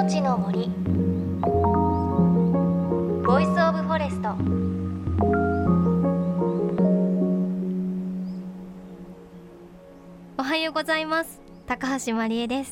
命の森ボイスオブフォレスト。おはようございます。高橋真理恵です。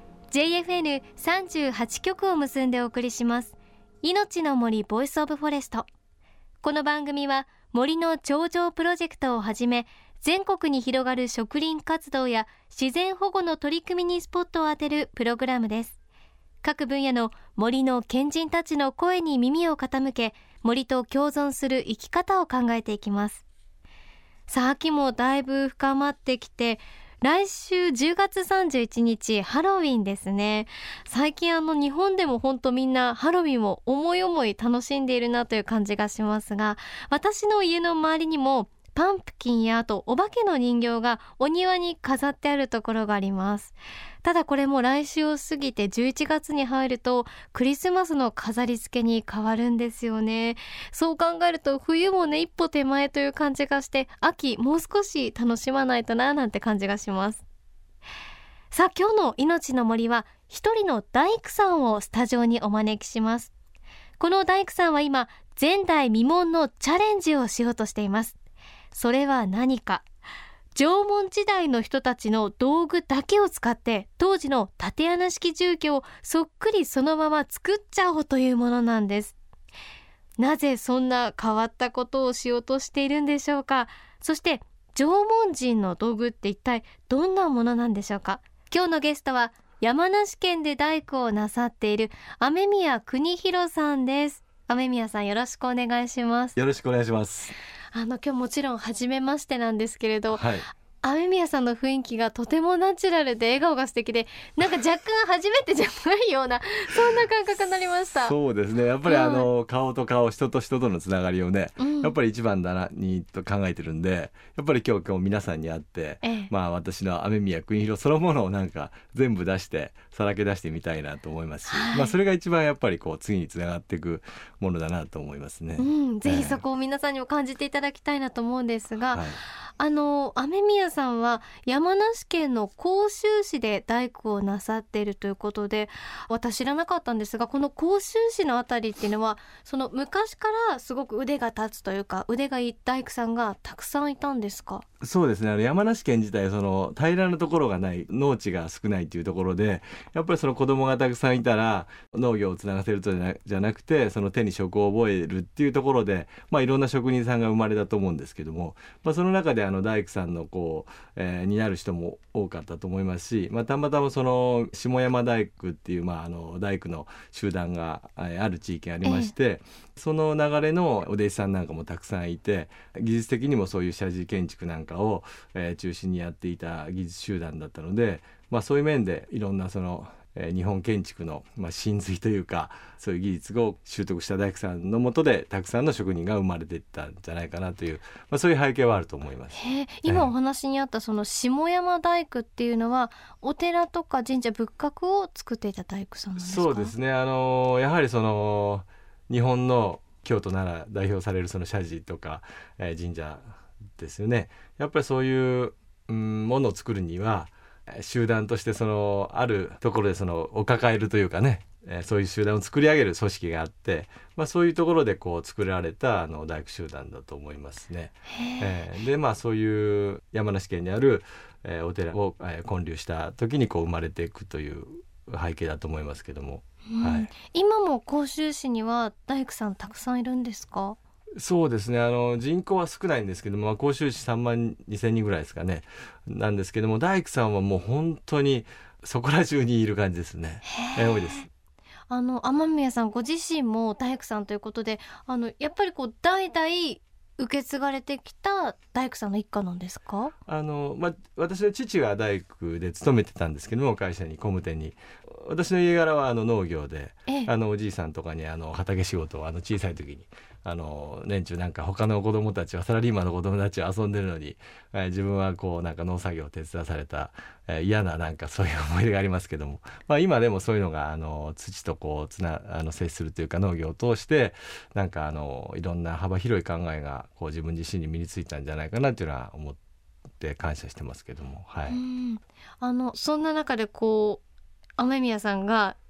JFN38 局を結んでお送りします命の森ボイスオブフォレスト。この番組は森の頂上プロジェクトをはじめ、全国に広がる植林活動や自然保護の取り組みにスポットを当てるプログラムです。各分野の森の賢人たちの声に耳を傾け、森と共存する生き方を考えていきます。さあ、秋もだいぶ深まってきて、来週10月31日ハロウィンですね。最近日本でも本当みんなハロウィンを思い思い楽しんでいるなという感じがしますが、私の家の周りにもパンプキンやあとお化けの人形がお庭に飾ってあるところがあります。ただこれも来週を過ぎて11月に入るとクリスマスの飾り付けに変わるんですよね。そう考えると冬もね、一歩手前という感じがして、秋もう少し楽しまないとななんて感じがします。さあ、今日の命の森は一人の大工さんをスタジオにお招きします。この大工さんは今前代未聞のチャレンジをしようとしています。それは何か、縄文時代の人たちの道具だけを使って当時の竪穴式住居をそっくりそのまま作っちゃおうというものなんです。なぜそんな変わったことをしようとしているんでしょうか。そして縄文人の道具って一体どんなものなんでしょうか。今日のゲストは山梨県で大工をなさっている雨宮邦弘さんです。雨宮さん、よろしくお願いします。 よろしくお願いします。 今日もちろん初めましてなんですけれど、 はい、 雨宮さんの雰囲気がとてもナチュラルで笑顔が素敵で、なんか若干初めてじゃないようなそんな感覚になりました。 そうですね、やっぱり顔と顔、人と人とのつながりをね、やっぱり一番だなにと考えてるんで、やっぱり今日皆さんに会って、私の雨宮邦弘そのものをなんか全部出してさらけ出してみたいなと思いますし、それが一番やっぱり次につながっていくものだなと思いますね。 ぜひそこを皆さんにも感じていただきたいなと思うんですが、雨宮さんは山梨県の甲州市で大工をなさっているということで、私知らなかったんですが、この甲州市のあたりっていうのはその昔からすごく腕が立つというか腕がいい大工さんがたくさんいたんですか。 そうですね、山梨県自体平らなところがない、農地が少ないっていうところで、やっぱり子供がたくさんいたら農業をつながせるとじゃなくて、その手に職を覚えるっていうところで、いろんな職人さんが生まれたと思うんですけども、その中で大工さんのになる人も多かったと思いますし、たまたま下山大工っていう、大工の集団がある地域がありまして、その流れのお弟子さんなんかもたくさんいて、技術的にもそういう社寺建築なんかを中心にやっていた技術集団だったので、そういう面でいろんな日本建築の真髄というか、そういう技術を習得した大工さんの下でたくさんの職人が生まれていったんじゃないかなという、そういう背景はあると思います。 今お話にあった下山大工っていうのは、お寺とか神社仏閣を作っていた大工さんなんですか。 そうですね、やはり日本の京都なら代表される社寺とか、神社ですよね。やっぱりそういう、ものを作るには集団としてあるところでを抱えるというかね、そういう集団を作り上げる組織があって、そういうところで作られた大工集団だと思いますね。でそういう山梨県にある、お寺を、建立した時に生まれていくという背景だと思いますけども、 今も甲州市には大工さんたくさんいるんですか。 そうですね、人口は少ないんですけども、甲州市3万2,000人ぐらいですかね、なんですけども、大工さんはもう本当にそこら中にいる感じですね。多いです。 雨宮さんご自身も大工さんということで、やっぱり代々受け継がれてきた大工さんの一家なんですか。 私の父が大工で勤めてたんですけども、会社に工務店に。私の家柄は農業で、おじいさんとかに畑仕事を小さい時に年中なんか他の子供たちはサラリーマンの子供たちは遊んでるのに、自分はなんか農作業を手伝わされた、嫌ななんかそういう思い出がありますけども、今でもそういうのが土と接するというか、農業を通してなんかいろんな幅広い考えが自分自身に身についたんじゃないかなというのは思って感謝してますけども、 そんな中で雨宮さんが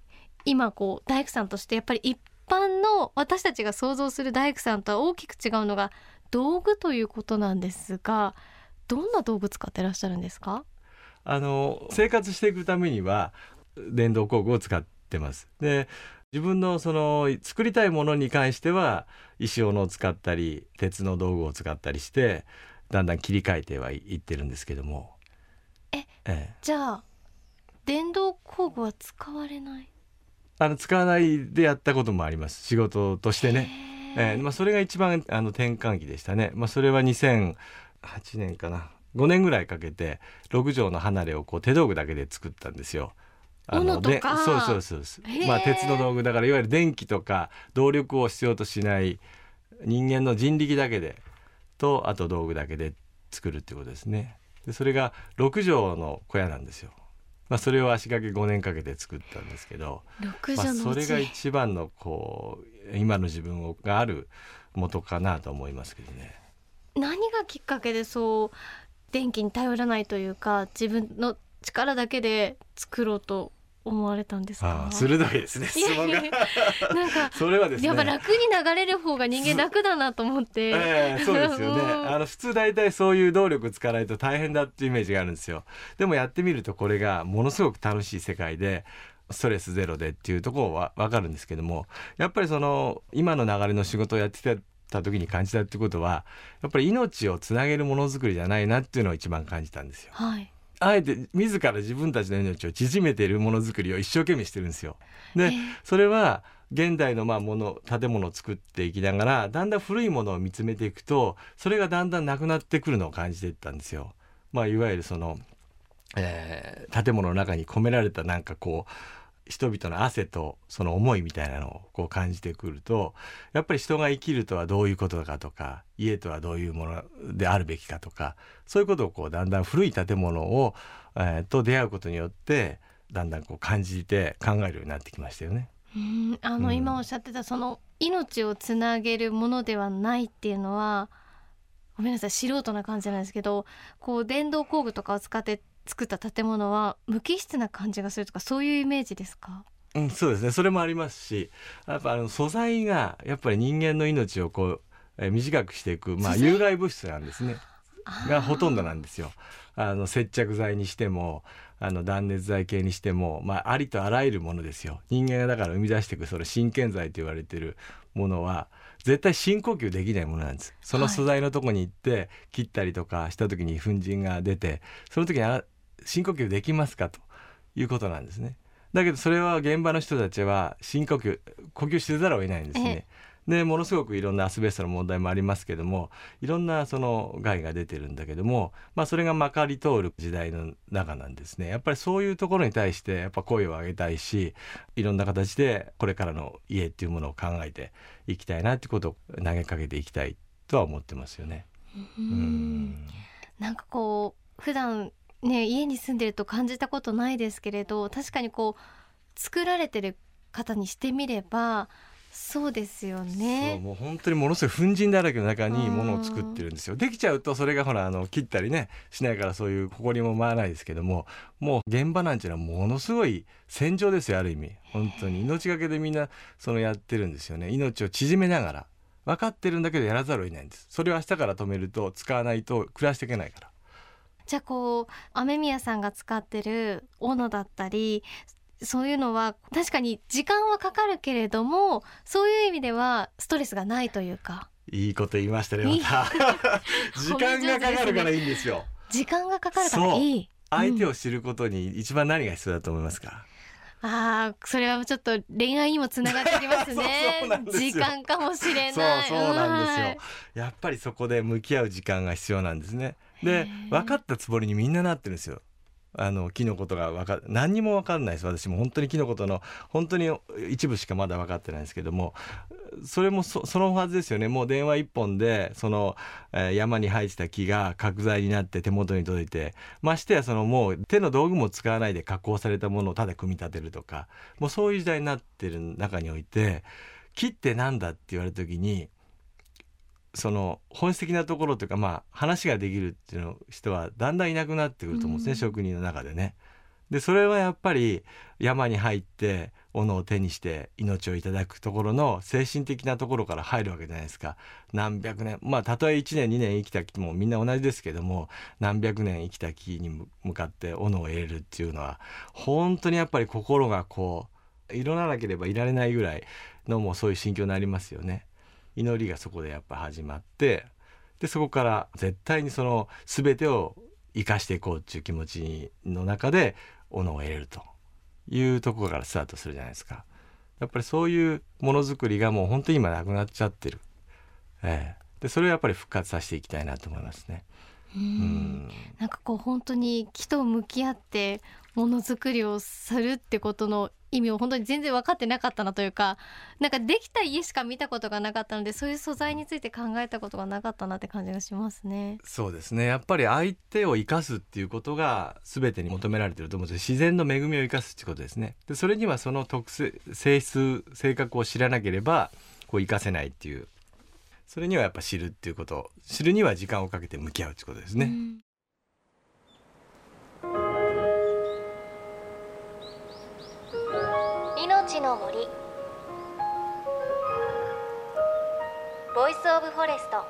今こう大工さんとしてやっぱり一般の私たちが想像する大工さんとは大きく違うのが道具ということなんですが、どんな道具使ってらっしゃるんですか？ 生活していくためには電動工具を使ってます。で、自分のその作りたいものに関しては石斧を使ったり鉄の道具を使ったりしてだんだん切り替えてはいってるんですけども。 じゃあ電動工具は使われない？ 使わないでやったこともあります、仕事としてね。それが一番転換期でしたね。それは2008年かな、5年ぐらいかけて6畳の離れをこう手道具だけで作ったんですよ。 斧とか。 そう鉄の道具だから、いわゆる電気とか動力を必要としない人間の人力だけでと、あと道具だけで作るっていうことですね。でそれが6畳の小屋なんですよ。それを足掛け5年かけて作ったんですけど、 6畳のうち、 それが一番のこう今の自分がある元かなと思いますけどね。 何がきっかけでそう電気に頼らないというか自分の力だけで作ろうと思われたんですか？ 鋭いですね、質問が。 なんかそれはですね、 やっぱ楽に流れる方が人間楽だなと思って、 そうですよね。普通大体そういう動力使わないと大変だっていうイメージがあるんですよ。でもやってみるとこれがものすごく楽しい世界でストレスゼロでっていうところは分かるんですけども、やっぱりその今の流れの仕事をやってた時に感じたってことは、やっぱり命をつなげるものづくりじゃないなっていうのを一番感じたんですよ。あえて自ら自分たちの命を縮めているものづくりを一生懸命してるんですよ。で、それは現代の建物を作っていきながらだんだん古いものを見つめていくと、それがだんだんなくなってくるのを感じていったんですよ。いわゆるその、建物の中に込められたなんかこう人々の汗とその思いみたいなのをこう感じてくると、やっぱり人が生きるとはどういうことかとか、家とはどういうものであるべきかとか、そういうことをこうだんだん古い建物を、と出会うことによってだんだんこう感じて考えるようになってきましたよね。 今おっしゃってたその命をつなげるものではないっていうのは、ごめんなさい素人な感じなんですけど、こう電動工具とかを使って作った建物は無機質な感じがするとか、そういうイメージですか？ そうですね、それもありますし、やっぱ素材がやっぱり人間の命をこう、短くしていく、有害物質なんですねがほとんどなんですよ。接着剤にしても断熱材系にしても、ありとあらゆるものですよ。人間がだから生み出していくその真剣剤と言われているものは絶対深呼吸できないものなんです。その素材のとこに行って切ったりとかした時に粉塵が出て、その時に深呼吸できますかということなんですね。だけどそれは現場の人たちは呼吸せざるを得ないんですね。でものすごくいろんなアスベストの問題もありますけども、いろんなその害が出てるんだけども、それがまかり通る時代の中なんですね。やっぱりそういうところに対してやっぱ声を上げたいし、いろんな形でこれからの家っていうものを考えていきたいなってことを投げかけていきたいとは思ってますよね。 なんかこう普段ね家に住んでると感じたことないですけれど、確かにこう作られてる方にしてみればそうですよね。 もう本当にものすごい粉塵だらけの中にものを作ってるんですよ。できちゃうとそれが切ったりねしないからそういう埃も舞わないですけども、もう現場なんていうのはものすごい戦場ですよ。ある意味本当に命がけでみんなやってるんですよね。命を縮めながら分かってるんだけどやらざるを得ないんです。それを明日から止めると使わないと暮らしていけないから。 じゃあこう雨宮さんが使ってる斧だったりそういうのは確かに時間はかかるけれども、そういう意味ではストレスがないというか。 いいこと言いましたね。また時間がかかるからいいんですよ。 時間がかかるからいい。 相手を知ることに一番何が必要だと思いますか？ それはちょっと恋愛にもつながってきますね。時間かもしれない。 そうなんですよ。やっぱりそこで向き合う時間が必要なんですね。で分かったつもりにみんななってるんですよ。木のことが何にも分かんないです。私も本当に木のことの本当に一部しかまだ分かってないんですけども、それもそのはずですよね。もう電話一本で山に生えてた木が角材になって手元に届いて、ましてやもう手の道具も使わないで加工されたものをただ組み立てるとか、もうそういう時代になってる中において、木ってなんだって言われた時に本質的なところというか、話ができるっていう人はだんだんいなくなってくると思うんですね、職人の中でね。でそれはやっぱり山に入って斧を手にして命をいただくところの精神的なところから入るわけじゃないですか。何百年、たとえ1年2年生きた木もみんな同じですけども、何百年生きた木に向かって斧を入れるっていうのは本当にやっぱり心がこう彩らなければいられないぐらいのもうそういう心境になりますよね。祈りがそこでやっぱ始まって、でそこから絶対にその全てを生かしていこうっていう気持ちの中で斧を入れるというところからスタートするじゃないですか。やっぱりそういうものづくりがもう本当に今なくなっちゃってる、でそれをやっぱり復活させていきたいなと思いますね。 なんかこう本当に木と向き合ってものづくりをするってことの意味を本当に全然分かってなかったなというか、なんかできた家しか見たことがなかったので、そういう素材について考えたことがなかったなって感じがしますね。 そうですね、やっぱり相手を生かすっていうことが全てに求められていると思うんです。自然の恵みを生かすっていうことですね。でそれにはその性質性格を知らなければこう生かせないっていう、それにはやっぱ知るっていうこと、知るには時間をかけて向き合うっていうことですね。 命の森ボイスオブフォレスト。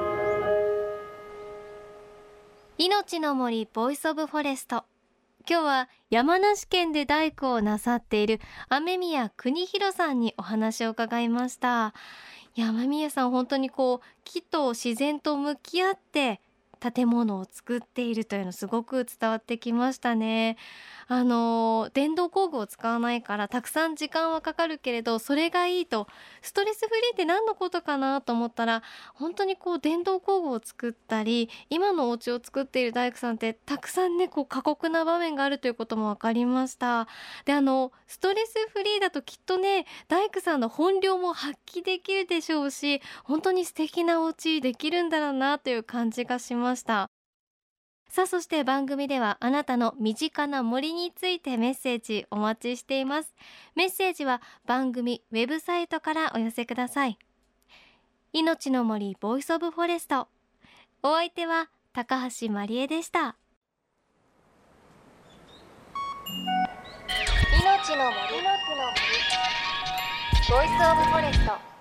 命の森ボイスオブフォレスト。今日は山梨県で大工をなさっている雨宮邦弘さんにお話を伺いました。雨宮さん本当にこう木と自然と向き合って建物を作っているというのすごく伝わってきましたね。電動工具を使わないからたくさん時間はかかるけれどそれがいいと、ストレスフリーって何のことかなと思ったら、本当にこう電動工具を作ったり今のお家を作っている大工さんってたくさんねこう過酷な場面があるということも分かりました。でストレスフリーだときっとね大工さんの本領も発揮できるでしょうし、本当に素敵なお家できるんだろうなという感じがしました。さあそして番組ではあなたの身近な森についてメッセージお待ちしています。メッセージは番組ウェブサイトからお寄せください。命の森ボイスオブフォレスト、お相手は高橋まりえでした。命の森ボイスオブフォレスト。